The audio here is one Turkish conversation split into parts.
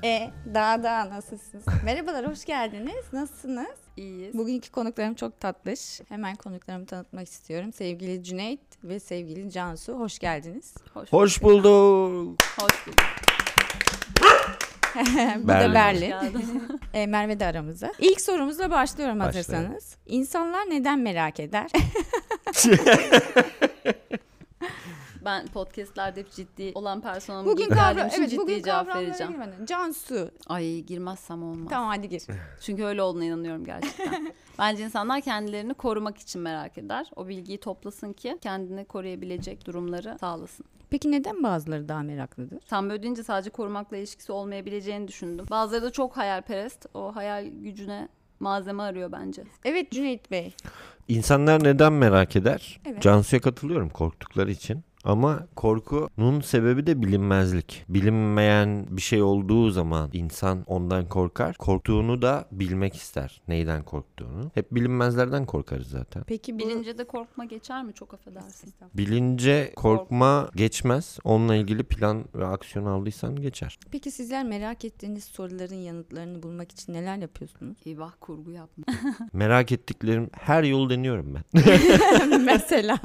Daha nasılsınız? Merhabalar, hoş geldiniz. Nasılsınız? İyiyiz. Bugünkü konuklarım çok tatlış. Hemen konuklarımı tanıtmak istiyorum. Sevgili Cüneyt ve sevgili Cansu, hoş geldiniz. Hoş bulduk. Hoş bulduk. Bu da Berlin. Hoş Merve de aramızda. İlk sorumuzla başlıyorum hazırsanız. İnsanlar neden merak eder? Ben podcastlerde hep ciddi olan personamı Bugün ciddi cevap vereceğim. Girmeden. Cansu. Ay girmezsem olmaz. Tamam hadi gir. Çünkü öyle olduğuna inanıyorum gerçekten. Bence insanlar kendilerini korumak için merak eder. O bilgiyi toplasın ki kendini koruyabilecek durumları sağlasın. Peki neden bazıları daha meraklıdır? Tam böyle deyince sadece korumakla ilişkisi olmayabileceğini düşündüm. Bazıları da çok hayalperest. O hayal gücüne malzeme arıyor bence. Evet Cüneyt Bey. İnsanlar neden merak eder? Evet. Cansu'ya katılıyorum korktukları için. Ama korkunun sebebi de bilinmezlik. Bilinmeyen bir şey olduğu zaman insan ondan korkar. Korktuğunu da bilmek ister. Neyden korktuğunu. Hep bilinmezlerden korkarız zaten. Peki bu... Bilince de korkma geçer mi? Çok affedersin. Bilince korkma geçmez. Onunla ilgili plan ve aksiyon aldıysan geçer. Peki sizler merak ettiğiniz soruların yanıtlarını bulmak için neler yapıyorsunuz? Eyvah kurgu yapma. Merak ettiklerim her yolu deniyorum ben. Mesela.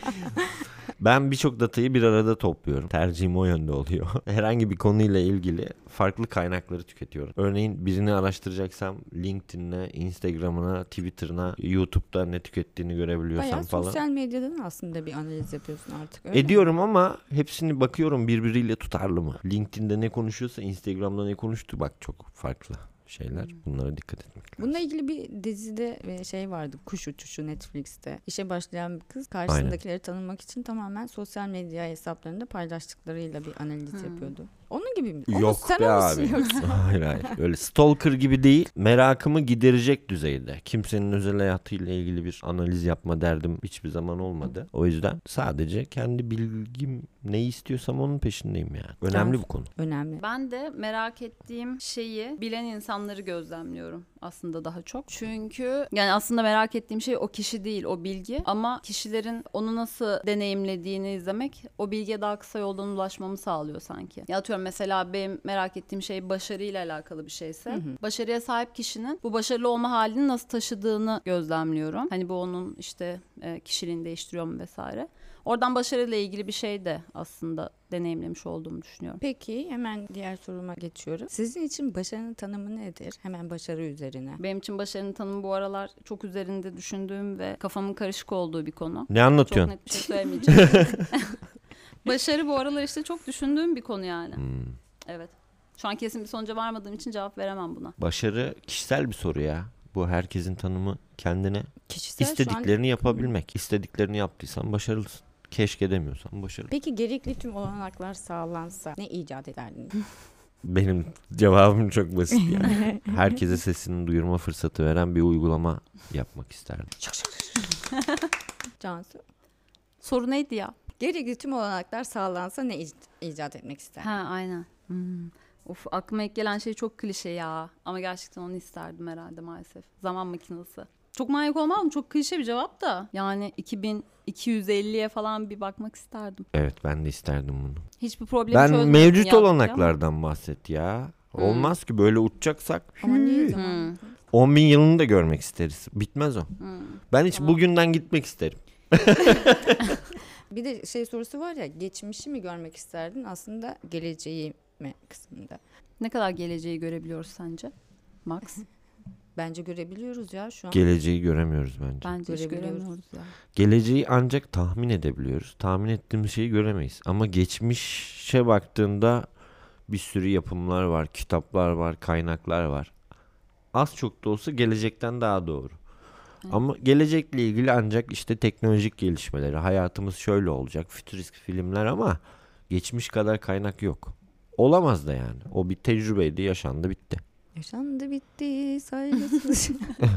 Ben birçok datayı bir arada topluyorum. Tercihim o yönde oluyor. Herhangi bir konuyla ilgili farklı kaynakları tüketiyorum. Örneğin birini araştıracaksam LinkedIn'e, Instagram'ına, Twitter'ına, YouTube'da ne tükettiğini görebiliyorsam Bayağı falan. sosyal medyadan aslında bir analiz yapıyorsun artık. Öyle Ediyorum mi? ama hepsini bakıyorum birbiriyle tutarlı mı? LinkedIn'de ne konuşuyorsa Instagram'da ne konuştu bak çok farklı şeyler. Bunlara dikkat etmek lazım. Bununla ilgili bir dizide şey vardı, Kuş Uçuşu Netflix'te. İşe başlayan bir kız karşısındakileri tanımak için tamamen sosyal medya hesaplarında paylaştıklarıyla bir analiz yapıyordu. Onun gibi mi? Yok sen be olsun abi. yoksa? Hayır. Öyle stalker gibi değil. Merakımı giderecek düzeyde. Kimsenin özel hayatıyla ilgili bir analiz yapma derdim hiçbir zaman olmadı. O yüzden sadece kendi bilgim neyi istiyorsam onun peşindeyim yani. Önemli bu konu. Önemli. Ben de merak ettiğim şeyi bilen insanları gözlemliyorum aslında daha çok. Çünkü yani aslında merak ettiğim şey o kişi değil, o bilgi. Ama kişilerin onu nasıl deneyimlediğini izlemek o bilgiye daha kısa yoldan ulaşmamı sağlıyor sanki. Ya atıyorum mesela benim merak ettiğim şey başarıyla alakalı bir şeyse başarıya sahip kişinin bu başarılı olma halini nasıl taşıdığını gözlemliyorum. Hani bu onun işte kişiliğini değiştiriyor mu vesaire. Oradan başarıyla ilgili bir şey de aslında deneyimlemiş olduğumu düşünüyorum. Peki hemen diğer soruma geçiyorum. Sizin için başarının tanımı nedir? Hemen başarı üzerine. Benim için başarının tanımı bu aralar çok üzerinde düşündüğüm ve kafamın karışık olduğu bir konu. Ne anlatıyorsun? Çok net bir şey söylemeyeceğim. Başarı bu aralar işte çok düşündüğüm bir konu yani. Evet. Şu an kesin bir sonuca varmadığım için cevap veremem buna. Başarı kişisel bir soru ya. Bu herkesin tanımı kendine Kişisel istediklerini yapabilmek. İstediklerini yaptıysan başarılısın. Keşke demiyorsan başarılı. Peki gerekli tüm olanaklar sağlansa ne icat ederdiniz? Benim cevabım çok basit yani. Herkese sesini duyurma fırsatı veren bir uygulama yapmak isterdim. Cansu? Soru neydi ya? Gerekli tüm olanaklar sağlansa ne icat etmek ister? Ha aynen. Of aklıma ilk gelen şey çok klişe ya. Ama gerçekten onu isterdim herhalde maalesef. Zaman makinesi. Çok manyak olmaz mı? Çok klişe bir cevap da. Yani 2250'ye falan bir bakmak isterdim. Evet ben de isterdim bunu. Hiçbir problem Ben çözmedim mevcut ya. olanaklardan bahset ya. Olmaz ki böyle uçacaksak. Ama niye zaman? 10.000 yılını da görmek isteriz. Bitmez o. Ben hiç bugünden gitmek isterim. Bir de şey sorusu var ya, geçmişi mi görmek isterdin aslında geleceği mi kısmında? Ne kadar geleceği görebiliyoruz sence? Max? Bence görebiliyoruz ya şu an. Geleceği göremiyoruz bence. Bence hiç Görebiliyoruz. göremiyoruz ya. Geleceği ancak tahmin edebiliyoruz. Tahmin ettiğimiz şeyi göremeyiz. Ama geçmişe baktığında bir sürü yapımlar var, kitaplar var, kaynaklar var. Az çok da olsa gelecekten daha doğru. Ama gelecekle ilgili ancak işte teknolojik gelişmeleri, hayatımız şöyle olacak, fütürist filmler ama geçmiş kadar kaynak yok. Olamaz da yani. O bir tecrübeydi, yaşandı, bitti. Yaşandı bitti saygısız.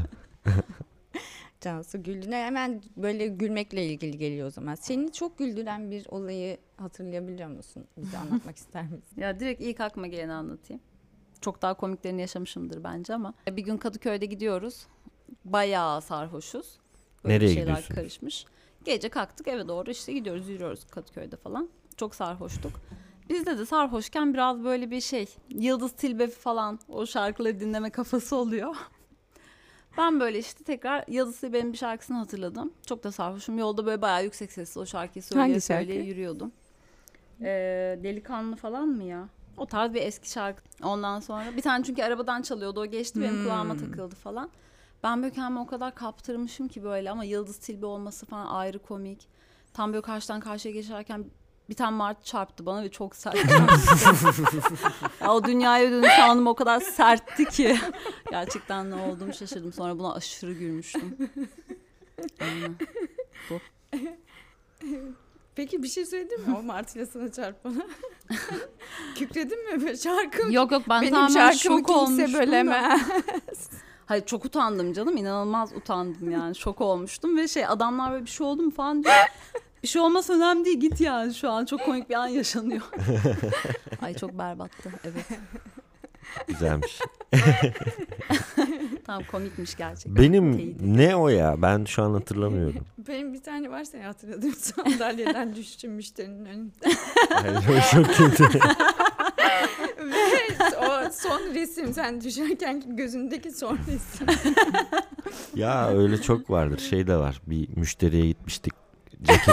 Cansu güldüğüne hemen böyle gülmekle ilgili geliyor o zaman. Seni çok güldüren bir olayı hatırlayabiliyor musun? Bize anlatmak ister misin? Ya direkt ilk aklıma geleni anlatayım. Çok daha komiklerini yaşamışımdır bence ama. Bir gün Kadıköy'de gidiyoruz. Bayağı sarhoşuz. Böyle Nereye şeyler gidiyorsun? karışmış. Gece kalktık eve doğru işte gidiyoruz, yürüyoruz Kadıköy'de falan. Çok sarhoştuk. Bizde de sarhoşken biraz böyle bir şey, Yıldız Tilbe falan o şarkıları dinleme kafası oluyor. Ben böyle işte tekrar Yıldız Tilbe'nin bir şarkısını hatırladım. Çok da sarhoşum. Yolda böyle bayağı yüksek sesle o şarkıyı Hangi söyleye şarkı? yürüyordum. Delikanlı falan mı ya? O tarz bir eski şarkı. Ondan sonra bir tane çünkü arabadan çalıyordu. O geçti benim kulağıma takıldı falan. Ben böyle kendimi o kadar kaptırmışım ki böyle, ama Yıldız Tilbe olması falan ayrı komik. Tam böyle karşıdan karşıya geçerken bir tane martı çarptı bana ve çok sert çarptı. Ya o dünyaya dönüş anım o kadar sertti ki. Gerçekten ne olduğumu şaşırdım. Sonra buna aşırı gülmüştüm. Aynen. Bu. Peki bir şey söyledin mi o martıyla sana çarpana? Kükredin mi böyle şarkı? Yok ben Benim tamamen şarkımı şok kimse olmuştum da. bölemez. Hayır, çok utandım canım, inanılmaz utandım yani, şok olmuştum ve adamlar böyle bir şey oldu mu falan diyor. Bir şey olmasa önemli değil, git yani, şu an çok komik bir an yaşanıyor. Ay çok berbattı, evet. Güzelmiş. Tamam, komikmiş gerçekten. Benim Teyidi. ne o ya? Ben şu an hatırlamıyorum. Benim bir tane var seni hatırladığım, sandalyeden düştüm müşterinin önünde. Ay, o çok kötü. Ve o son resim, sen düşerken gözündeki son resim. Ya öyle çok vardır. Şey de var. Bir müşteriye gitmiştik. Ceket.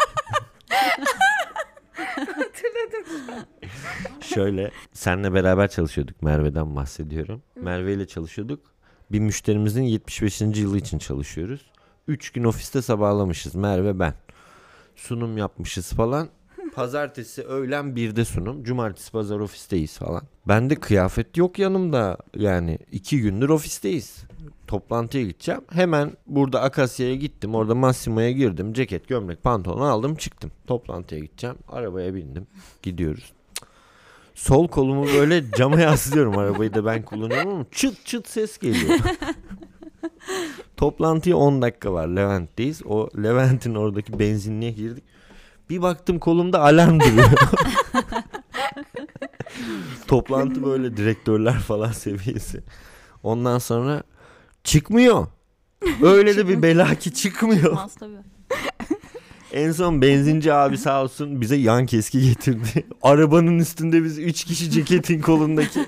Hatırladım. Şöyle, senle beraber çalışıyorduk. Merve'den bahsediyorum. Merve ile çalışıyorduk. Bir müşterimizin 75. yılı için çalışıyoruz. 3 gün ofiste sabahlamışız. Merve, ben. Sunum yapmışız falan. Pazartesi öğlen 1'de sunum. Cumartesi pazar ofisteyiz falan. Bende kıyafet yok yanımda. Yani 2 gündür ofisteyiz. Toplantıya gideceğim. Hemen burada Akasya'ya gittim. Orada Massimo'ya girdim. Ceket, gömlek, pantolon aldım, çıktım. Toplantıya gideceğim. Arabaya bindim. Gidiyoruz. Sol kolumu böyle cama yaslıyorum. Arabayı da ben kullanıyorum ama çıt çıt ses geliyor. Toplantıya 10 dakika var. Levent'teyiz. O Levent'in oradaki benzinliğe girdik. Bir baktım kolumda alarm duruyor. Toplantı böyle direktörler falan seviyesi. Ondan sonra çıkmıyor. Öyle de bir bela ki çıkmıyor. Çıkmaz tabii. En son benzinci abi sağ olsun bize yan keski getirdi. Arabanın üstünde biz 3 kişi ceketin kolundaki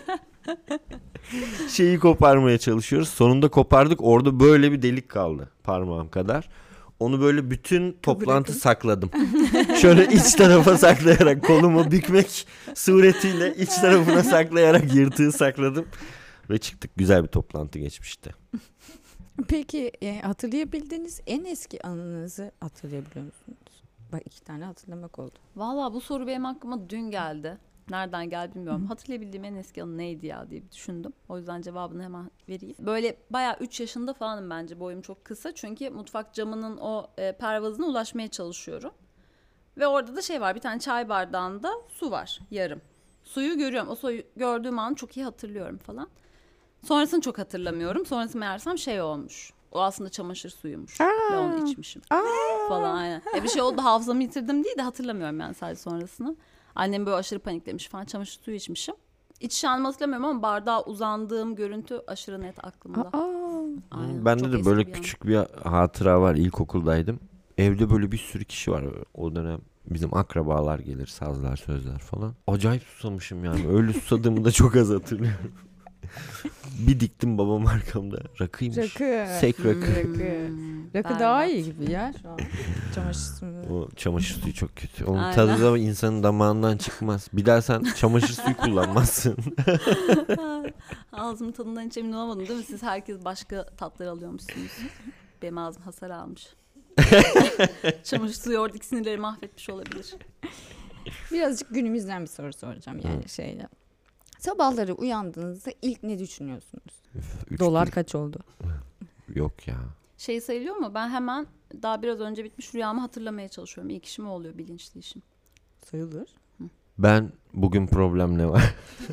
şeyi koparmaya çalışıyoruz. Sonunda kopardık. Orada böyle bir delik kaldı parmağım kadar. Onu böyle bütün toplantı sakladım. Şöyle iç tarafa saklayarak, kolumu bükmek suretiyle iç tarafına saklayarak yırtığı sakladım. Ve çıktık. Güzel bir toplantı geçmişti. Peki hatırlayabildiğiniz en eski anınızı hatırlayabiliyor musunuz? Bak 2 tane hatırlamak oldu. Valla bu soru benim aklıma dün geldi. Nereden geldi bilmiyorum. Hatırlayabildiğim en eski anı neydi ya diye bir düşündüm. O yüzden cevabını hemen vereyim. Böyle bayağı 3 yaşında falanım bence. Boyum çok kısa. Çünkü mutfak camının o pervazına ulaşmaya çalışıyorum. Ve orada da var. Bir tane çay bardağında su var. Yarım. Suyu görüyorum. O suyu gördüğüm an çok iyi hatırlıyorum falan. Sonrasını çok hatırlamıyorum. Sonrası meğersem olmuş. O aslında çamaşır suyuymuş. Ve onu içmişim. Falan aynen. Bir şey oldu, hafızamı yitirdim değil de hatırlamıyorum yani sadece sonrasını. Annem böyle aşırı paniklemiş falan, çamaşır suyu içmişim. İç anımı hatırlamıyorum ama bardağa uzandığım görüntü aşırı net aklımda. Aynen, Bende çok de eski böyle bir küçük bir hatıra var. İlkokuldaydım. Evde böyle bir sürü kişi var. O dönem bizim akrabalar gelir, sazlar, sözler falan. Acayip susamışım yani. Öyle susadığımı da çok az hatırlıyorum. Bir diktim, babam arkamda. Rakıymış. Rakı. Sek rakı. Rakı daha iyi gibi ya şu an. Çamaşır suyu. O çamaşır suyu çok kötü. Onun Aynen. tadı da insanın damağından çıkmaz. Bir daha sen çamaşır suyu kullanmazsın. Ağzımın tadından hiç emin olamadım değil mi? Siz herkes başka tatlar alıyormuşsunuz. Benim ağzım hasar almış. Çamaşır suyu oradaki sinirleri mahvetmiş olabilir. Birazcık günümüzden bir soru soracağım yani şeyle. Sabahları uyandığınızda ilk ne düşünüyorsunuz? Dolar kaç oldu? Yok ya. Sayılıyor mu? Ben hemen daha biraz önce bitmiş rüyamı hatırlamaya çalışıyorum. İlk işim o oluyor, bilinçli işim. Sayılır. Ben bugün problem ne var?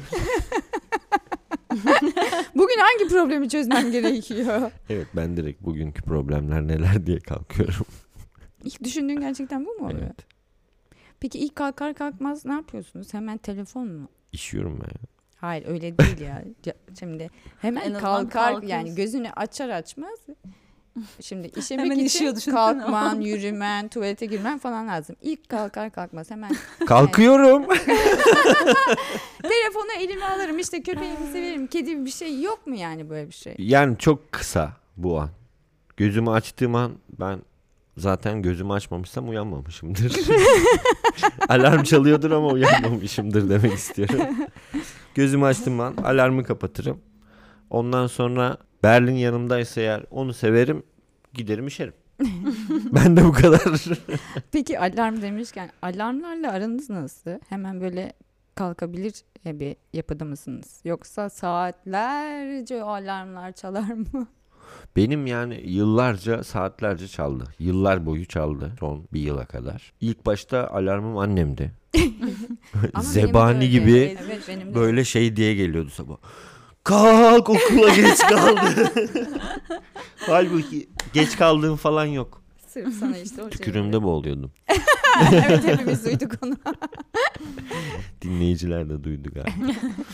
Bugün hangi problemi çözmem gerekiyor? Evet, ben direkt bugünkü problemler neler diye kalkıyorum. İlk düşündüğün gerçekten bu mu oluyor? Evet. Peki ilk kalkar kalkmaz ne yapıyorsunuz? Hemen telefon mu? İşiyorum ben. Hayır öyle değil ya. Şimdi En hemen azından kalkar kalkıyorsun. yani gözünü açar açmaz Şimdi işemek Hemen için işiyor, düşünsene. kalkman, yürümen, tuvalete girmen falan lazım. İlk kalkar kalkmaz hemen Kalkıyorum. telefonu elime alırım, işte köpeğimi severim, kedi, bir şey yok mu yani böyle bir şey? Yani çok kısa bu an. Gözümü açtığım an ben zaten gözümü açmamışsam uyanmamışımdır. Alarm çalıyordur ama uyanmamışımdır demek istiyorum. Gözümü açtığım an alarmı kapatırım. Ondan sonra Berlin yanımdaysa eğer onu severim, giderim işerim. Ben de bu kadar. Peki alarm demişken alarmlarla aranız nasıl? Hemen böyle kalkabilir bir yapıda mısınız? Yoksa saatlerce o alarmlar çalar mı? Benim yani yıllarca, saatlerce çaldı. Yıllar boyu çaldı. Son bir yıla kadar. İlk başta alarmım annemdi. Ama benim de Zebani öyle. gibi Evet, benim de. böyle şey diye geliyordu sabah. Kalk, okula geç kaldı. Halbuki geç kaldığım falan yok. Sırf sana işte o Tükürüğümde boğuluyordum. Evet, hepimiz duyduk onu. Dinleyiciler de duydu galiba.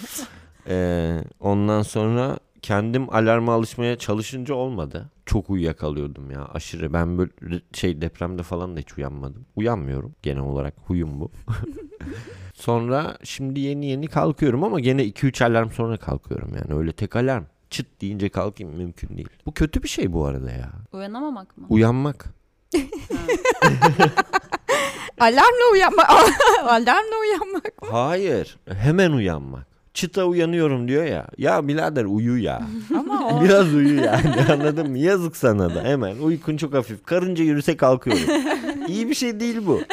Ondan sonra kendim alarma alışmaya çalışınca olmadı. Çok uyuyakalıyordum ya, aşırı. Ben böyle depremde falan da hiç uyanmadım. Uyanmıyorum genel olarak, huyum bu. Sonra şimdi yeni kalkıyorum ama gene 2-3 alarm sonra kalkıyorum yani. Öyle tek alarm çıt deyince kalkayım mümkün değil. Bu kötü bir şey bu arada ya. Uyanamamak mı? Uyanmak. Alarmla uyanmak. Alarmla uyanmak. Hayır. Hemen uyanmak. Çıta uyanıyorum diyor ya. Ya birader uyu ya. Ama o Biraz uyu yani, anladın mı? Yazık sana da. Hemen uykun çok hafif. Karınca yürüse kalkıyorum. İyi bir şey değil bu.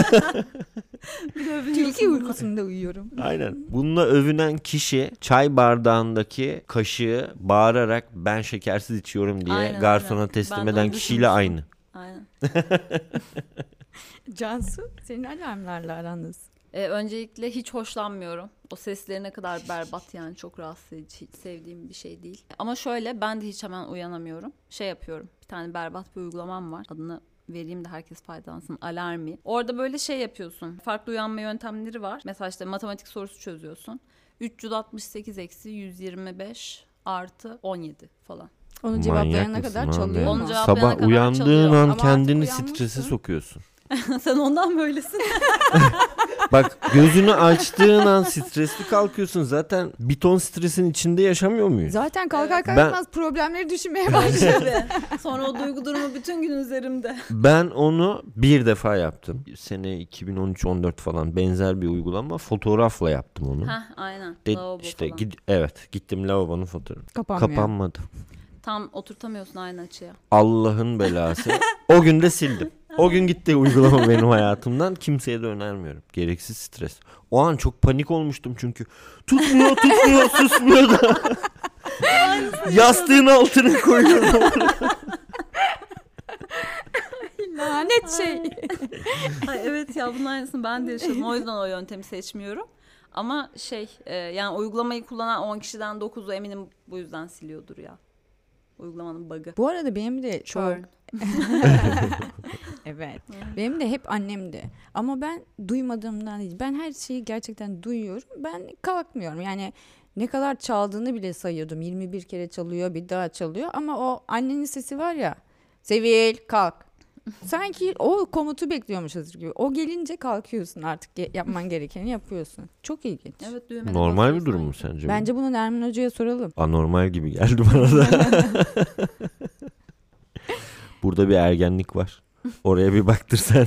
tilki uykusunda uyuyorum. Aynen. Bununla övünen kişi çay bardağındaki kaşığı bağırarak ben şekersiz içiyorum diye Aynen, garsona aynen. teslim Ben de eden onu kişiyle düşünmüştüm. aynı. Aynen. Cansu, senin alarmlarla aranız? Öncelikle hiç hoşlanmıyorum. O sesleri ne kadar berbat, yani çok rahatsız edici. Hiç sevdiğim bir şey değil. Ama şöyle, ben de hiç hemen uyanamıyorum. Şey yapıyorum. Bir tane berbat bir uygulamam var. Adını vereyim de herkes faydalansın. Alarmi. Orada böyle şey yapıyorsun. Farklı uyanma yöntemleri var. Mesela işte matematik sorusu çözüyorsun. 368 eksi 125 artı 17 falan. Onu cevaplayana Manyak kadar mısın çalıyor abi? Onu mu? cevaplayana Sabah kadar uyandığın çalıyor. an Ama artık kendini uyanmışsın. strese sokuyorsun. Sen ondan böylesin. Bak, gözünü açtığın an stresli kalkıyorsun. Zaten bir ton stresin içinde yaşamıyor muyuz? Zaten kalkar Ben- kalkmaz problemleri düşünmeye başladı. Sonra o duygu durumu bütün gün üzerimde. Ben onu bir defa yaptım. Sene 2013-14 falan, benzer bir uygulama. Fotoğrafla yaptım onu. Heh, aynen. De- Lavabo işte falan. evet, gittim lavabonun fotoğrafı. Kapanmıyor. Kapanmadı. Tam oturtamıyorsun aynı açıya. Allah'ın belası. O gün de sildim. O gün gitti uygulama benim hayatımdan. Kimseye de önermiyorum. Gereksiz stres. O an çok panik olmuştum çünkü. Tutmuyor, susmuyor da. Yastığın altına koyuyorum. Lanet şey. Ay evet ya, bunun aynısını ben de yaşadım. O yüzden o yöntemi seçmiyorum. Ama yani uygulamayı kullanan 10 kişiden 9'u eminim bu yüzden siliyordur ya. Uygulamanın bug'ı. Bu arada benim de çok... Churn. Evet. Benim de hep annemdi. Ama ben duymadığımdan değil. Ben her şeyi gerçekten duyuyorum. Ben kalkmıyorum. Yani ne kadar çaldığını bile sayıyordum. 21 kere çalıyor, bir daha çalıyor. Ama o annenin sesi var ya. Sevil, kalk. Sanki o komutu bekliyormuşuz gibi. O gelince kalkıyorsun artık. Yapman gerekeni yapıyorsun. Çok ilginç. Evet, düğmene Normal bir basıyorsun. durum mu sence? bu? Bence bunu Nermin Hoca'ya soralım. Anormal gibi geldi bana da. Burada bir ergenlik var. Oraya bir baktır sen.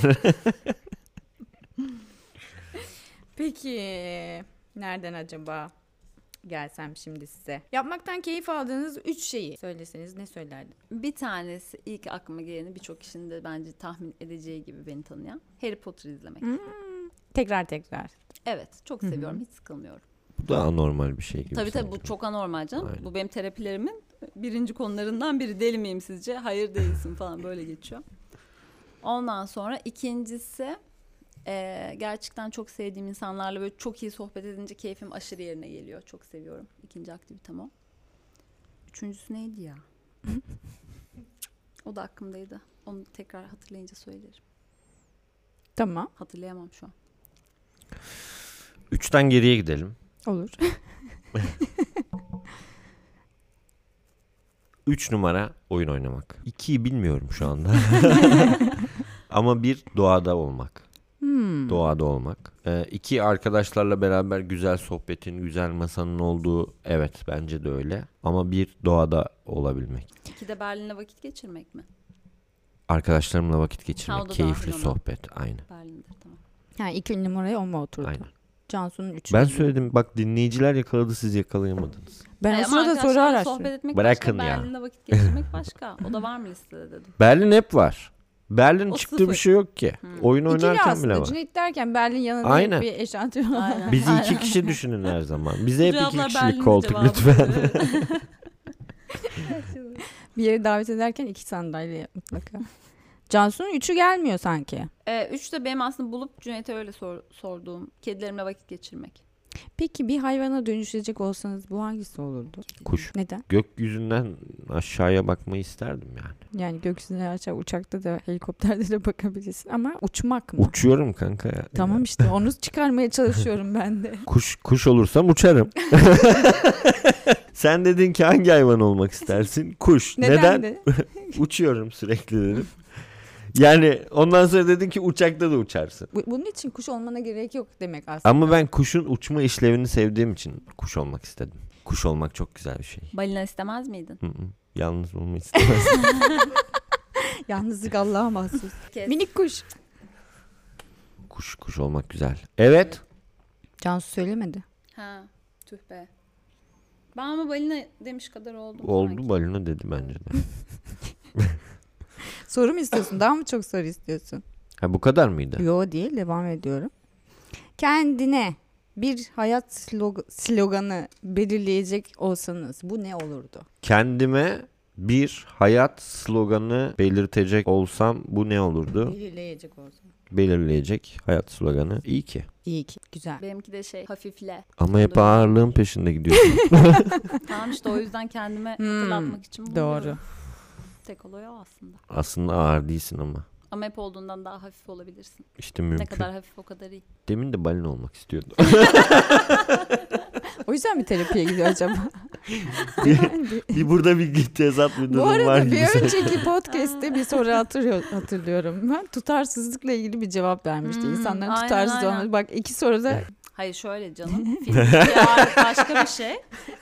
Peki nereden acaba gelsem şimdi size? Yapmaktan keyif aldığınız 3 şeyi söyleseniz ne söylerdin? Bir tanesi, ilk aklıma geleni, birçok kişinin de bence tahmin edeceği gibi beni tanıyan, Harry Potter izlemek. Tekrar. Evet, çok seviyorum. Hiç sıkılmıyorum. Bu da anormal bir şey gibi. Tabii sanki. bu çok anormal canım. Aynen. Bu benim terapilerimin birinci konularından biri. Deli miyim sizce? Hayır değilsin falan, böyle geçiyor. Ondan sonra ikincisi, gerçekten çok sevdiğim insanlarla böyle çok iyi sohbet edince keyfim aşırı yerine geliyor. Çok seviyorum. İkinci aktivitem o. Üçüncüsü neydi ya? O da aklımdaydı. Onu tekrar hatırlayınca söylerim. Tamam, Hatırlayamam şu an. 3'ten geriye gidelim. olur. 3 numara oyun oynamak. 2'yi bilmiyorum şu anda. Ama 1 doğada olmak. Doğada olmak. 2 arkadaşlarla beraber güzel sohbetin, güzel masanın olduğu, evet bence de öyle. Ama 1 doğada olabilmek. 2 de Berlin'le vakit geçirmek mi? Arkadaşlarımla vakit geçirmek, Ha, o da keyifli dahil ona. sohbet, aynı. Berlin'dir tamam. Ha, 2 numaraya o mu oturdu? Aynen. Cansu'nun 3'ü. Ben söyledim, bak dinleyiciler yakaladı, siz yakalayamadınız. Ben o Ama sırada soru arkadaşlarla araştırıyorum. sohbet etmek Bırakın başka, ya. Berlin'le vakit geçirmek başka. O da var mı listede dedim. Berlin hep var. Berlin O çıktığı sıfır. bir şey yok ki. Oyun İkili oynarken aslında. bile var. Cüneyt derken Berlin yanında Aynen. bir eşantiyon. Aynen. Bizi 2 kişi düşünün her zaman. Bize hep 2 Cevaplar kişilik Berlin'de koltuk cevabı. lütfen. Bir yere davet ederken 2 sandalye mutlaka. Cansu'nun 3'ü gelmiyor sanki. 3 de benim aslında bulup Cüneyt'e öyle sorduğum kedilerimle vakit geçirmek. Peki bir hayvana dönüşecek olsanız bu hangisi olurdu? Kuş. Neden? Gökyüzünden aşağıya bakmayı isterdim yani. Yani gökyüzüne aşağı uçakta da helikopterde de bakabilirsin ama uçmak mı? Uçuyorum kanka ya. Tamam işte onu çıkarmaya çalışıyorum ben de. Kuş olursam uçarım. Sen dedin ki hangi hayvan olmak istersin? Kuş. Neden? de? Uçuyorum sürekli dedim. Yani ondan sonra dedin ki uçakta da uçarsın. Bunun için kuş olmana gerek yok demek aslında. Ama ben kuşun uçma işlevini sevdiğim için kuş olmak istedim. Kuş olmak çok güzel bir şey. Balina istemez miydin? Hı hı. Yalnız olmayı istemezdim. Yalnızlık Allah'a mahsus. Kes. Minik kuş. Kuş olmak güzel. Evet. Cansu söylemedi. Ha, tüh be. Ben ama balina demiş kadar oldum. Oldu, sanki. balina dedi bence de. Soru mu istiyorsun? Daha mı çok soru istiyorsun? Ha, bu kadar mıydı? Yo değil, devam ediyorum. Kendine bir hayat sloganı belirleyecek olsanız bu ne olurdu? Kendime bir hayat sloganı belirtecek olsam bu ne olurdu? Belirleyecek olsan. Belirleyecek hayat sloganı. İyi ki. İyi ki. Güzel. Benimki de hafifle. Ama hep Doğru. ağırlığın peşinde gidiyorsun. Tamam işte o yüzden kendime hatırlatmak için bunu Doğru. diyorum. Tek olay o aslında. Aslında ağır değilsin ama. Ama hep olduğundan daha hafif olabilirsin. İşte mümkün. Ne kadar hafif o kadar iyi. Demin de balina olmak istiyordum. O yüzden mi terapiye gidiyor acaba? Bir burada bir tezat bir Bu durum var arada gibi. bir önceki podcast'te bir soru hatırlıyorum. Ben tutarsızlıkla ilgili bir cevap vermişti. İnsanların aynen, tutarsız aynen. olması. Bak 2 soruda Hayır şöyle canım. Fiziki ağırlık başka bir şey.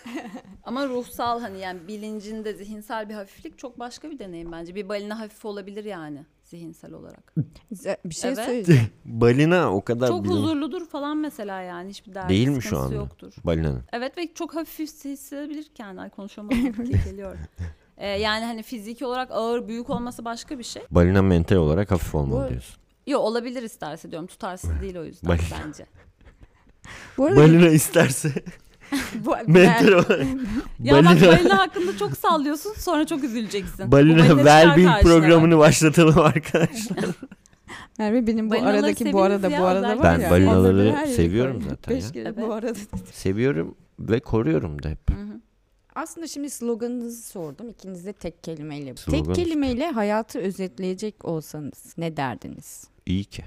Ama ruhsal hani yani bilincinde zihinsel bir hafiflik çok başka bir deneyim bence. Bir balina hafif olabilir yani zihinsel olarak. bir şey Evet. söyleyeceğim. Balina o kadar Çok huzurludur falan mesela yani hiçbir derdi Değil mi şu sıkıntısı anda? yoktur. Balinanın. Evet ve çok hafif hissedebilir kendini. Konuşamadım. Kekeliyorum. Yani hani fiziki olarak ağır büyük olması başka bir şey. Balina mental olarak hafif olmalı Bu- diyorsun. Yok olabilir isterse diyorum. Tutarsız değil o yüzden Balina. bence. Bu arada Balina isterse mental olarak. Ya bak balina hakkında çok sallıyorsun sonra çok üzüleceksin. Bu Balina çıkar well-being karşına. programını başlatalım arkadaşlar. Merve benim bu Balinaları aradaki bu arada seviniz bu ya, arada özellikle. var Ben ya. balinaları onları her yere seviyorum koyuyorum. zaten ya. 5 kere Evet. bu arada. Seviyorum ve koruyorum da hep. Hı hı. Aslında şimdi sloganınızı sordum. İkiniz de tek kelimeyle. Slogan Tek kelimeyle hayatı özetleyecek olsanız ne derdiniz? İyi ki.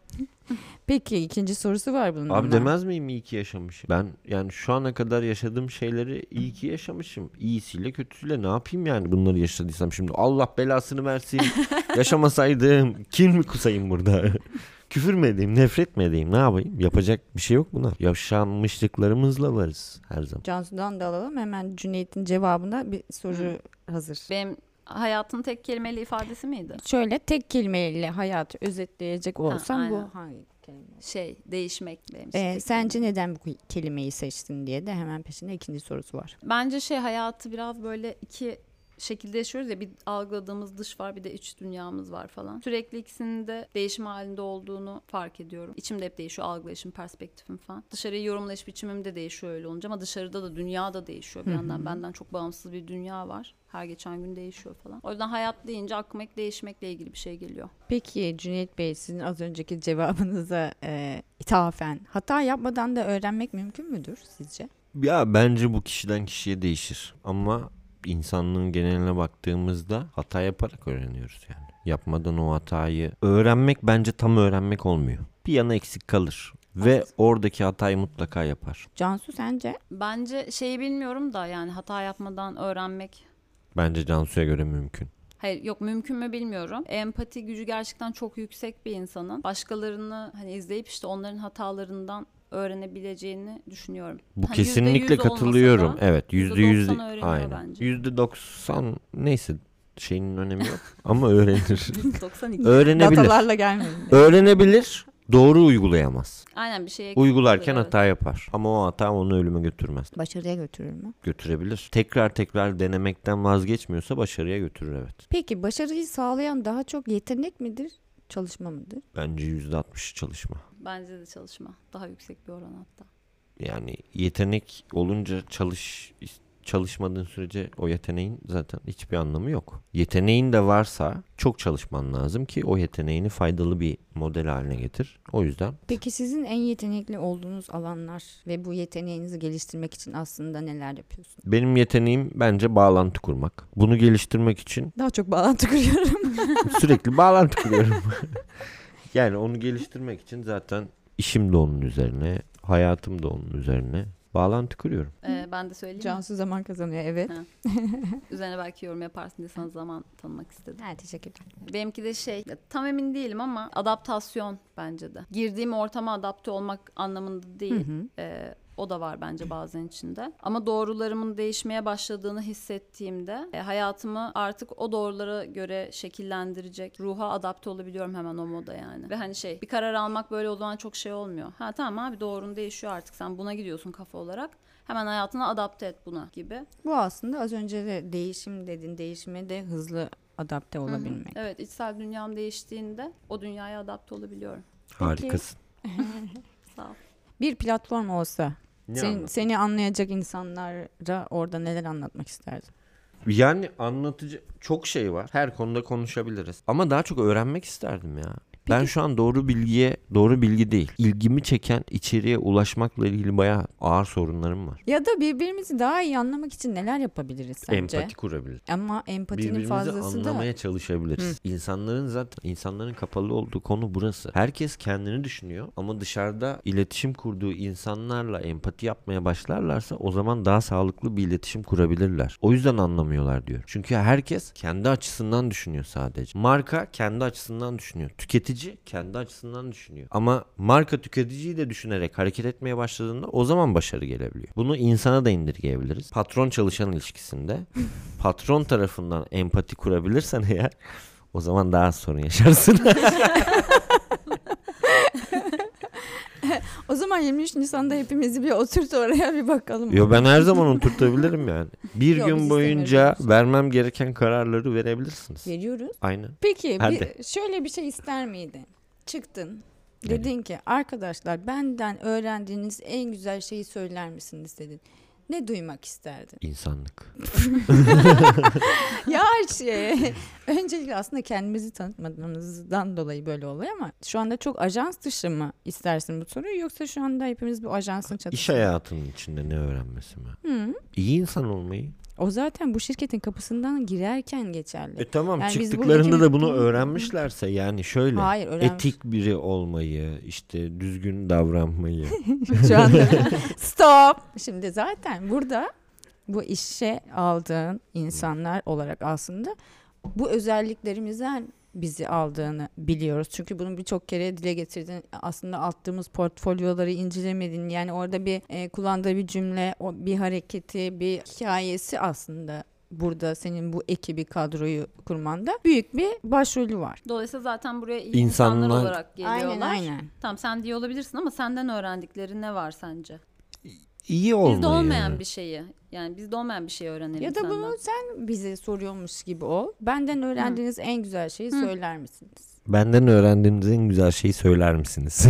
Peki ikinci sorusu var bunun Abi ama. demez miyim iyi ki yaşamışım? Ben yani şu ana kadar yaşadığım şeyleri iyi ki yaşamışım. İyisiyle kötüsüyle ne yapayım yani bunları yaşadıysam şimdi Allah belasını versin. Yaşamasaydım kin mi kusayım burada? Küfür mü edeyim, nefret mi edeyim, ne yapayım? Yapacak bir şey yok buna. Yaşanmışlıklarımızla varız her zaman. Cansu'dan da alalım. Hemen Cüneyt'in cevabına bir soru hazır. Benim hayatın tek kelimeyle ifadesi miydi? Şöyle tek kelimeyle hayatı özetleyecek olsam aynen. bu hangi kelime? Değişmek benim için. tek Sence neden bu kelimeyi seçtin diye de hemen peşinde ikinci sorusu var. Bence hayatı biraz böyle iki şekilde yaşıyoruz ya bir algıladığımız dış var bir de iç dünyamız var falan. Sürekli ikisinin de değişim halinde olduğunu fark ediyorum. İçimde hep değişiyor algılayışım, perspektifim falan. Dışarıyı yorumlayış biçimim de değişiyor öyle olunca ama dışarıda da dünya da değişiyor bir yandan. Benden çok bağımsız bir dünya var. Her geçen gün değişiyor falan. O yüzden hayat deyince aklıma ilk değişmekle ilgili bir şey geliyor. Peki Cüneyt Bey sizin az önceki cevabınıza ithafen hata yapmadan da öğrenmek mümkün müdür sizce? Ya bence bu kişiden kişiye değişir ama insanlığın geneline baktığımızda hata yaparak öğreniyoruz yani. Yapmadan o hatayı öğrenmek bence tam öğrenmek olmuyor. Bir yana eksik kalır ve oradaki hatayı mutlaka yapar. Cansu sence? Bence bilmiyorum da yani hata yapmadan öğrenmek Bence Cansu'ya göre mümkün. Hayır, yok, mümkün mü bilmiyorum. Empati gücü gerçekten çok yüksek bir insanın. Başkalarını hani izleyip işte onların hatalarından öğrenebileceğini düşünüyorum. Bu Hani kesinlikle %100 olmasa katılıyorum. da Evet, %90 öğreniyor aynen. bence. %90 neyse, şeyinin önemi yok ama öğrenir. 92. Öğrenebilir. Datalarla gelmeyin. Öğrenebilir. Doğru uygulayamaz. Aynen, bir şeye Uygularken evet. hata yapar. Ama o hata onu ölüme götürmez. Başarıya götürür mü? Götürebilir. Tekrar denemekten vazgeçmiyorsa başarıya götürür, evet. Peki başarıyı sağlayan daha çok yetenek midir, çalışma mıdır? Bence %60 çalışma. Bence de çalışma. Daha yüksek bir oran hatta. Yani yetenek olunca çalışmadığın sürece o yeteneğin zaten hiçbir anlamı yok. Yeteneğin de varsa çok çalışman lazım ki o yeteneğini faydalı bir model haline getir. O yüzden Peki sizin en yetenekli olduğunuz alanlar ve bu yeteneğinizi geliştirmek için aslında neler yapıyorsunuz? benim yeteneğim bence bağlantı kurmak. Bunu geliştirmek için Daha çok bağlantı kuruyorum. sürekli bağlantı kuruyorum. Yani onu geliştirmek için zaten işim de onun üzerine, hayatım da onun üzerine bağlantı kuruyorum. Ben de söyleyeyim mi? Cansu zaman kazanıyor, evet. Ha. Üzerine belki yorum yaparsın diye sana zaman tanımak istedim. Ha, teşekkürler. Benimki de tam emin değilim ama adaptasyon bence de. Girdiğim ortama adapte olmak anlamında değil. O da var bence bazen içinde. Ama doğrularımın değişmeye başladığını hissettiğimde hayatımı artık o doğrulara göre şekillendirecek ruha adapte olabiliyorum hemen o moda yani. Ve hani bir karar almak böyle o zaman çok şey olmuyor. Ha tamam abi, doğrun değişiyor artık, sen buna gidiyorsun kafa olarak. Hemen hayatına adapte et buna gibi. Bu aslında az önce de değişim dedin. Değişime de hızlı adapte olabilmek. Evet, içsel dünyam değiştiğinde o dünyaya adapte olabiliyorum. Harikasın. Sağ ol. Bir platform olsa Ne anlatayım? seni anlayacak insanlara orada neler anlatmak isterdin? Yani anlatıcı çok şey var. Her konuda konuşabiliriz. Ama daha çok öğrenmek isterdim ya. Ben şu an doğru bilgi değil, İlgimi çeken içeriğe ulaşmakla ilgili bayağı ağır sorunlarım var. Ya da birbirimizi daha iyi anlamak için neler yapabiliriz sence? Empati kurabiliriz. Ama empatinin Birbirimizi fazlası da anlamaya çalışabiliriz. İnsanların kapalı olduğu konu burası. Herkes kendini düşünüyor ama dışarıda iletişim kurduğu insanlarla empati yapmaya başlarlarsa o zaman daha sağlıklı bir iletişim kurabilirler. O yüzden anlamıyorlar diyor. Çünkü herkes kendi açısından düşünüyor sadece. Marka kendi açısından düşünüyor. Tüketici kendi açısından düşünüyor. Ama marka tüketiciyi de düşünerek hareket etmeye başladığında o zaman başarı gelebiliyor. Bunu insana da indirgeyebiliriz. Patron çalışan ilişkisinde patron tarafından empati kurabilirsen eğer o zaman daha az sorun yaşarsın. o zaman 23 Nisan'da hepimizi bir oturt oraya bir bakalım. Yo, ben her zaman oturtabilirim yani. Bir Yok, gün biz boyunca istemiyoruz. vermem gereken kararları verebilirsiniz. Veriyoruz. Aynen. Peki Hadi. şöyle bir şey ister miydin? Çıktın. Ne Dedin ki arkadaşlar, benden öğrendiğiniz en güzel şeyi söyler misiniz dedin. Ne duymak isterdin? İnsanlık. Ya öncelikle aslında kendimizi tanıtmadığımızdan dolayı böyle oluyor ama şu anda çok ajans dışı mı istersin bu soruyu, yoksa şu anda hepimiz bu ajansın çatısında? İş hayatının içinde ne öğrenmesi mi? Hı. İyi insan olmayı. O zaten bu şirketin kapısından girerken geçerli. Tamam, Yani biz çıktıklarında buradaki- da bunu öğrenmişlerse yani şöyle. Hayır, öğrenmiş. Etik biri olmayı, işte düzgün davranmayı. Şu anda stop. Şimdi zaten burada bu işe aldığın insanlar olarak aslında bu özelliklerimizden bizi aldığını biliyoruz. Çünkü bunu birçok kere dile getirdin. Aslında attığımız portfolyoları incelemedin. Yani orada bir kullandığı bir cümle, bir hareketi, bir hikayesi aslında burada senin bu ekibi, kadroyu kurmanda büyük bir başrolü var. Dolayısıyla zaten buraya iyi insanlar İnsanlar- olarak geliyorlar. Aynen. Tamam, sen diye olabilirsin ama senden öğrendikleri ne var sence? İyi olmayı. Bizde olmayan bir şeyi. Yani bizde olmayan bir şey öğrenelim Ya da senden. bunu sen bize soruyormuş gibi ol. Benden öğrendiğiniz en güzel şeyi söyler misiniz? Benden öğrendiğiniz en güzel şeyi söyler misiniz?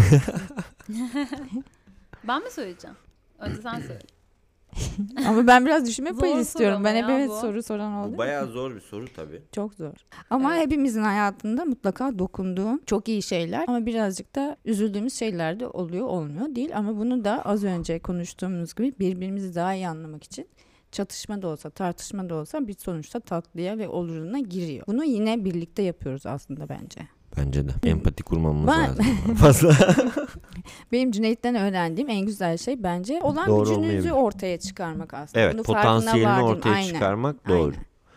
Ben mi söyleyeceğim? Önce sen söyle. Ama ben biraz düşünme Zor payı soru istiyorum. ama Ben ya hep evet bu. soru soran oldu. Bayağı zor bir soru tabii. Çok zor. Ama Evet. hepimizin hayatında mutlaka dokunduğu çok iyi şeyler ama birazcık da üzüldüğümüz şeyler de oluyor, olmuyor değil. Ama bunu da az önce konuştuğumuz gibi birbirimizi daha iyi anlamak için çatışma da olsa, tartışma da olsa bir sonuçta tatlıya ve oluruna giriyor. Bunu yine birlikte yapıyoruz aslında bence. Bence de. Empati kurmamız Ben- lazım. Fazla. Benim Cüneyt'ten öğrendiğim en güzel şey bence olan Doğru gücünüzü olmayabilir. ortaya çıkarmak aslında. Evet, Bunun farkına potansiyelini vardım. ortaya Aynen. çıkarmak doğru. Aynen.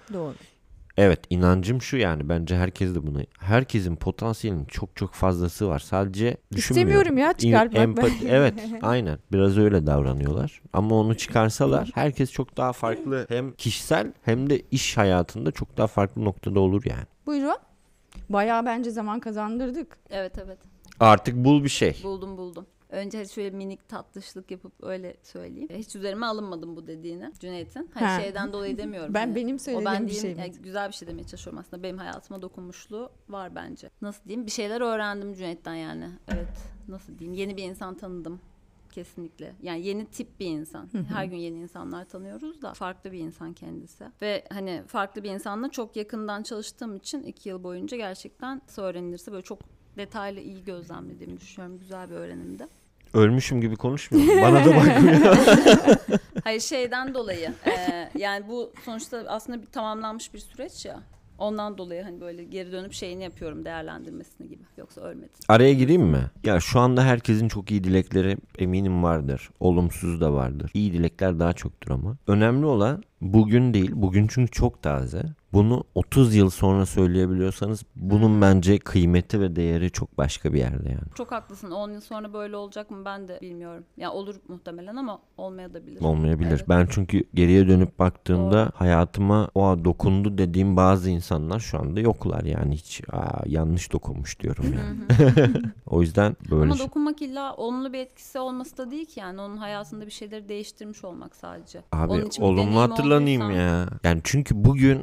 Doğru. Evet, inancım şu, yani bence herkes de bunu, herkesin potansiyelinin çok çok fazlası var. Sadece düşünmüyor. İstemiyorum ya çıkartmak. Evet, aynen. Biraz öyle davranıyorlar. Ama onu çıkarsalar herkes çok daha farklı, hem kişisel hem de iş hayatında çok daha farklı noktada olur yani. Buyurun. Bayağı bence zaman kazandırdık. Evet. Artık bul bir şey. Buldum. Önce şöyle minik tatlışlık yapıp öyle söyleyeyim. Hiç üzerime alınmadım bu dediğini Cüneyt'in. Hani Ha. şeyden dolayı demiyorum. Ben hani, benim o söylediğim ben bir diyeyim, şey mi? yani güzel bir şey demeye çalışıyorum aslında. Benim hayatıma dokunmuşluğu var bence. Nasıl diyeyim? Bir şeyler öğrendim Cüneyt'ten yani. Evet. Nasıl diyeyim? Yeni bir insan tanıdım. Kesinlikle. Yani yeni tip bir insan. Her gün yeni insanlar tanıyoruz da farklı bir insan kendisi. Ve hani farklı bir insanla çok yakından çalıştığım için 2 yıl boyunca gerçekten nasıl öğrenilirse böyle çok detaylı, iyi gözlemlediğimi düşünüyorum. Güzel bir öğrenimdi. Ölmüşüm gibi konuşmuyorum. Bana da bakmıyor. Hayır, şeyden dolayı yani bu sonuçta aslında bir tamamlanmış bir süreç ya. Ondan dolayı hani böyle geri dönüp şeyini yapıyorum, değerlendirmesini gibi. Yoksa ölmedin. Araya gireyim mi? Ya şu anda herkesin çok iyi dilekleri eminim vardır. Olumsuz da vardır. İyi dilekler daha çoktur ama. Önemli olan bugün değil. Bugün çünkü çok taze. Bunu 30 yıl sonra söyleyebiliyorsanız bunun bence kıymeti ve değeri çok başka bir yerde yani. Çok haklısın. 10 yıl sonra böyle olacak mı ben de bilmiyorum. Ya olur muhtemelen ama olmayabilir. Olmayabilir. Evet. Ben çünkü geriye dönüp baktığımda hayatıma dokundu dediğim bazı insanlar şu anda yoklar yani, hiç yanlış dokunmuş diyorum yani. O yüzden böyle Ama dokunmak illa olumlu bir etkisi olması da değil ki yani, onun hayatında bir şeyleri değiştirmiş olmak sadece. abi Onun için bir olumlu deneyim hatırlanayım olduysa- ya. Yani çünkü bugün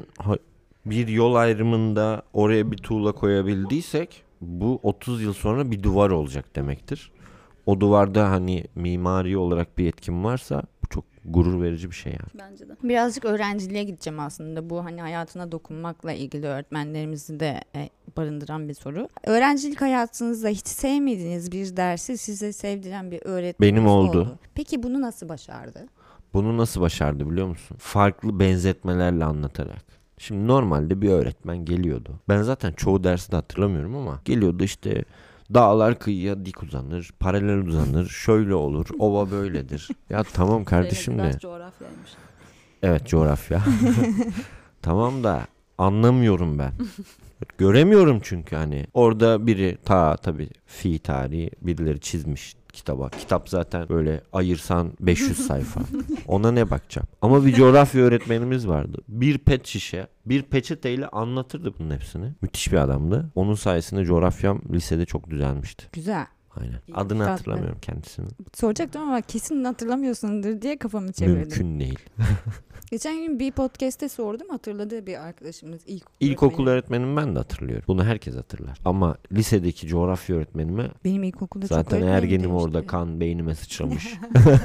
bir yol ayrımında oraya bir tuğla koyabildiysek bu 30 yıl sonra bir duvar olacak demektir. O duvarda hani mimari olarak bir etkim varsa bu çok gurur verici bir şey yani. Bence de. Birazcık öğrenciliğe gideceğim aslında. Bu hani hayatına dokunmakla ilgili öğretmenlerimizi de barındıran bir soru. Öğrencilik hayatınızda hiç sevmediğiniz bir dersi size sevdiren bir öğretmeniniz Benim oldu. Peki bunu nasıl başardı? Bunu nasıl başardı biliyor musun? Farklı benzetmelerle anlatarak. Şimdi normalde bir öğretmen geliyordu. Ben zaten çoğu dersi de hatırlamıyorum ama geliyordu işte, dağlar kıyıya dik uzanır, paralel uzanır, şöyle olur, ova böyledir. Ya tamam kardeşim Sevmediği de. ders coğrafyaymış. Evet, coğrafya. Tamam da anlamıyorum ben. Göremiyorum çünkü hani. Orada biri tabii fi tarihi birileri çizmiş kitaba. Kitap zaten böyle ayırsan 500 sayfa. Ona ne bakacağım? Ama bir coğrafya öğretmenimiz vardı. Bir pet şişe, bir peçeteyle anlatırdı bunun hepsini. Müthiş bir adamdı. Onun sayesinde coğrafyam lisede çok düzelmişti. Güzel. Aynen. İyi. Adını Tatlı. hatırlamıyorum kendisinin. Soracaktım ama kesin hatırlamıyorsundur diye kafamı çevirdim. Mümkün değil. Geçen gün bir podcast'te sordum, hatırladı bir arkadaşımız İlkokul öğretmenim ben de hatırlıyorum. Bunu herkes hatırlar. Ama lisedeki coğrafya öğretmenime Benim ilkokulda çok zaten öğretmenim ergenim demişti. orada kan beynime sıçramış.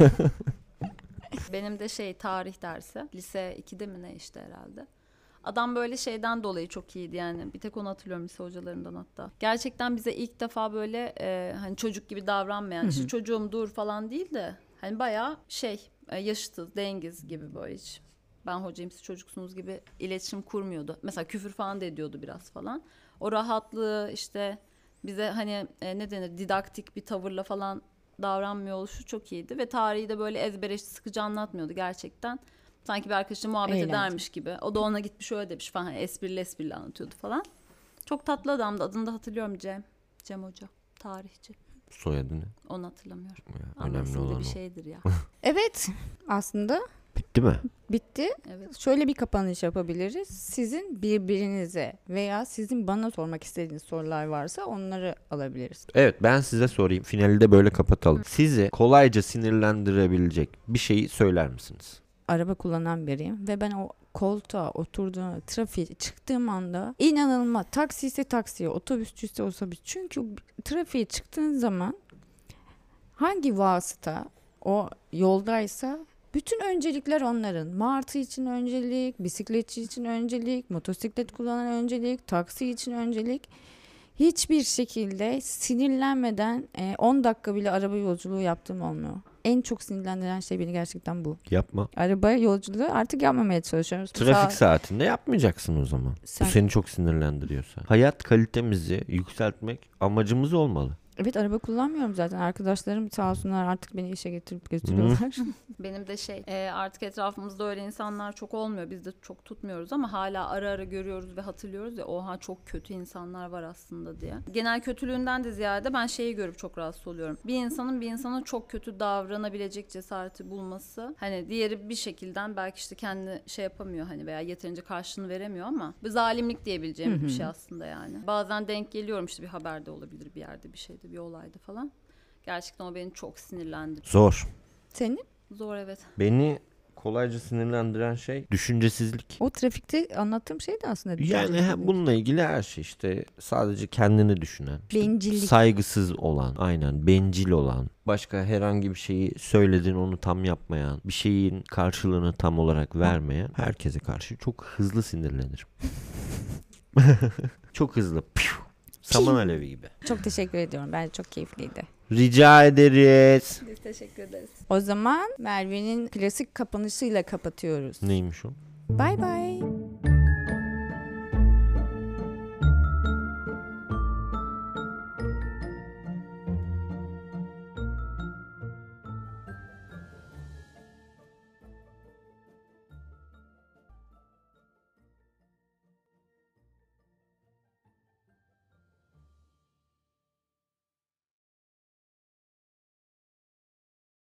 Benim de tarih dersi. Lise 2'de mi ne işte herhalde. Adam böyle şeyden dolayı çok iyiydi yani. Bir tek onu hatırlıyorum lise hocalarından hatta. Gerçekten bize ilk defa böyle hani çocuk gibi davranmayan, işte çocuğum dur falan değil de hani bayağı yaşıtız, dengiz gibi böyle hiç. Ben hocayım siz çocuksunuz gibi iletişim kurmuyordu. Mesela küfür falan da ediyordu biraz falan. O rahatlığı işte bize hani ne denir, didaktik bir tavırla falan davranmıyor oluşu çok iyiydi. Ve tarihi de böyle ezbere sıkıcı anlatmıyordu gerçekten. Sanki bir arkadaşla muhabbet Eğlenceli. edermiş gibi. O da ona gitmiş öyle demiş falan. Hani esprili anlatıyordu falan. Çok tatlı adamdı. Adını da hatırlıyorum, Cem. Cem Hoca. Tarihçi. Soyadını. Onu hatırlamıyorum. Ya, Ama önemli isim de olan bir o. şeydir ya. Evet, aslında Bitti mi? bitti. Evet. Şöyle bir kapanış yapabiliriz. Sizin birbirinize veya sizin bana sormak istediğiniz sorular varsa onları alabiliriz. Evet, ben size sorayım. Finali de böyle kapatalım. Sizi kolayca sinirlendirebilecek bir şeyi söyler misiniz? Araba kullanan biriyim ve ben o koltuğa oturduğum, trafiğe çıktığım anda inanılmaz, taksi ise taksiye, otobüsçü ise otobüs. Çünkü trafiğe çıktığın zaman hangi vasıta o yoldaysa bütün öncelikler onların. Martı için öncelik, bisikletçi için öncelik, motosiklet kullanan öncelik, taksi için öncelik. Hiçbir şekilde sinirlenmeden 10 dakika bile araba yolculuğu yaptığım olmuyor. En çok sinirlendiren şey beni gerçekten bu. Yapma. Araba yolculuğu artık yapmamaya çalışıyoruz. Trafik saatinde yapmayacaksın o zaman. Sen- Bu seni çok sinirlendiriyorsa. Hayat kalitemizi yükseltmek amacımız olmalı. Evet, araba kullanmıyorum zaten. Arkadaşlarım sağ olsunlar artık beni işe getirip götürüyorlar. Benim de artık etrafımızda öyle insanlar çok olmuyor. Biz de çok tutmuyoruz ama hala ara ara görüyoruz ve hatırlıyoruz ya, oha çok kötü insanlar var aslında diye. Genel kötülüğünden de ziyade ben şeyi görüp çok rahatsız oluyorum. Bir insanın bir insana çok kötü davranabilecek cesareti bulması. Hani diğeri bir şekilden belki işte kendi yapamıyor hani veya yeterince karşılığını veremiyor ama bir zalimlik diyebileceğim bir şey aslında yani. Bazen denk geliyorum işte bir haberde olabilir, bir yerde, bir şeyde, bir olayda falan. Gerçekten o beni çok sinirlendirdi. Zor. Senin? Zor, evet. Beni kolayca sinirlendiren şey düşüncesizlik. O trafikte anlattığım şey de aslında Yani düşüncesizlik. bununla ilgili her şey işte sadece kendini düşünen, işte Bencillik. saygısız olan, aynen bencil olan, başka herhangi bir şeyi söyledin onu tam yapmayan, bir şeyin karşılığını tam olarak vermeyen herkese karşı çok hızlı sinirlenirim. Çok hızlı. Saman alevi gibi. Çok teşekkür ediyorum. Bence çok keyifliydi. Rica ederiz. Biz teşekkür ederiz. O zaman Merve'nin klasik kapanışıyla kapatıyoruz. Neymiş o? Bye bye.